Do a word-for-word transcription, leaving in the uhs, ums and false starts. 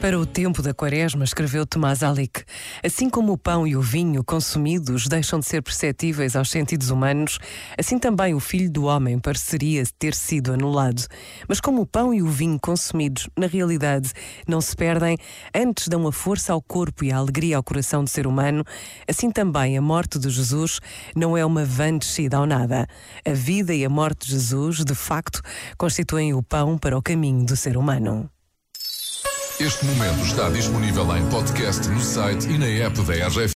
Para o tempo da Quaresma, escreveu Tomás Alic, assim como o pão e o vinho consumidos deixam de ser perceptíveis aos sentidos humanos, assim também o Filho do Homem pareceria ter sido anulado. Mas como o pão e o vinho consumidos, na realidade, não se perdem, antes dão a força ao corpo e a alegria ao coração do ser humano, assim também a morte de Jesus não é uma vã descida ao nada. A vida e a morte de Jesus, de facto, constituem o pão para o caminho do ser humano. Este momento está disponível em podcast no site e na app da R G F.